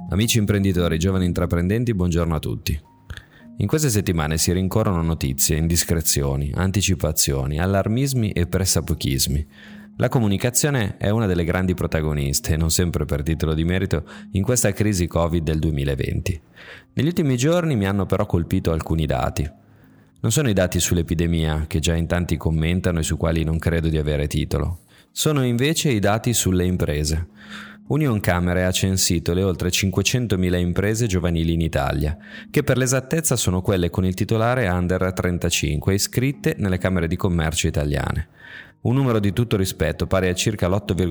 Amici imprenditori, giovani intraprendenti, buongiorno a tutti. In queste settimane si rincorrono notizie, indiscrezioni, anticipazioni, allarmismi e pressapochismi. La comunicazione è una delle grandi protagoniste, non sempre per titolo di merito, in questa crisi Covid del 2020. Negli ultimi giorni mi hanno però colpito alcuni dati. Non sono i dati sull'epidemia, che già in tanti commentano e su quali non credo di avere titolo. Sono invece i dati sulle imprese. Unioncamere ha censito le oltre 500.000 imprese giovanili in Italia, che per l'esattezza sono quelle con il titolare under 35 iscritte nelle Camere di Commercio italiane. Un numero di tutto rispetto, pari a circa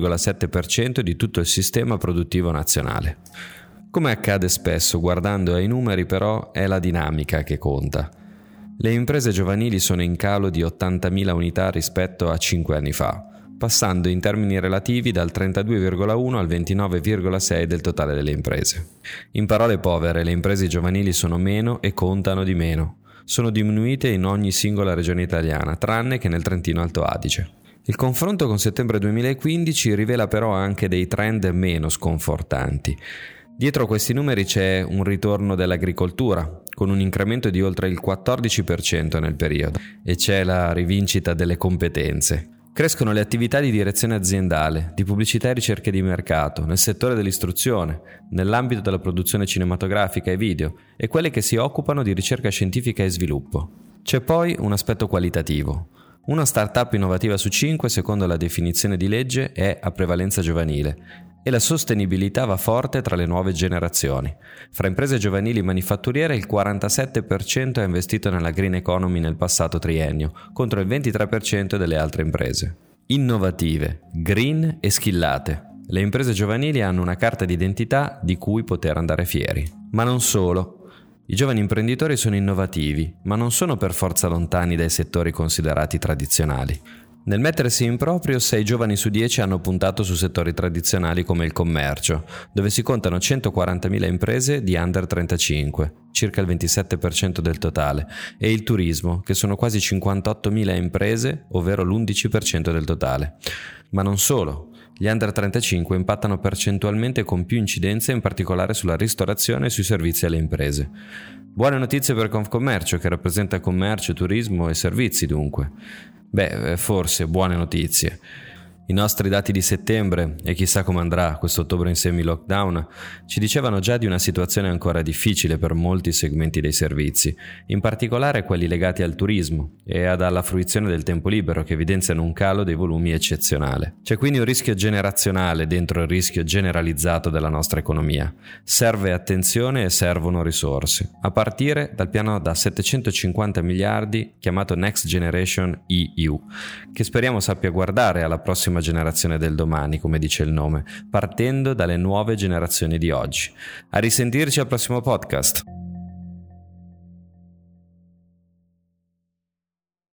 l'8,7% di tutto il sistema produttivo nazionale. Come accade spesso, guardando ai numeri però, è la dinamica che conta. Le imprese giovanili sono in calo di 80.000 unità rispetto a 5 anni fa, passando in termini relativi dal 32,1 al 29,6 del totale delle imprese. In parole povere, le imprese giovanili sono meno e contano di meno. Sono diminuite in ogni singola regione italiana, tranne che nel Trentino Alto Adige. Il confronto con settembre 2015 rivela però anche dei trend meno sconfortanti. Dietro questi numeri c'è un ritorno dell'agricoltura, con un incremento di oltre il 14% nel periodo, e c'è la rivincita delle competenze. Crescono le attività di direzione aziendale, di pubblicità e ricerche di mercato, nel settore dell'istruzione, nell'ambito della produzione cinematografica e video, e quelle che si occupano di ricerca scientifica e sviluppo. C'è poi un aspetto qualitativo. Una startup innovativa su 5, secondo la definizione di legge, è a prevalenza giovanile, e la sostenibilità va forte tra le nuove generazioni. Fra imprese giovanili manifatturiere il 47% è investito nella green economy nel passato triennio, contro il 23% delle altre imprese. Innovative, green e skillate. Le imprese giovanili hanno una carta d'identità di cui poter andare fieri. Ma non solo. I giovani imprenditori sono innovativi, ma non sono per forza lontani dai settori considerati tradizionali. Nel mettersi in proprio, 6 giovani su 10 hanno puntato su settori tradizionali come il commercio, dove si contano 140.000 imprese di under 35, circa il 27% del totale, e il turismo, che sono quasi 58.000 imprese, ovvero l'11% del totale. Ma non solo. Gli under 35 impattano percentualmente con più incidenza, in particolare sulla ristorazione e sui servizi alle imprese. Buone notizie per Confcommercio, che rappresenta commercio, turismo e servizi dunque. Forse buone notizie. I nostri dati di settembre, e chissà come andrà questo ottobre in semi-lockdown, ci dicevano già di una situazione ancora difficile per molti segmenti dei servizi, in particolare quelli legati al turismo e alla fruizione del tempo libero, che evidenziano un calo dei volumi eccezionale. C'è quindi un rischio generazionale dentro il rischio generalizzato della nostra economia. Serve attenzione e servono risorse, a partire dal piano da 750 miliardi chiamato Next Generation EU, che speriamo sappia guardare alla prossima generazione del domani, come dice il nome, partendo dalle nuove generazioni di oggi. A risentirci al prossimo podcast.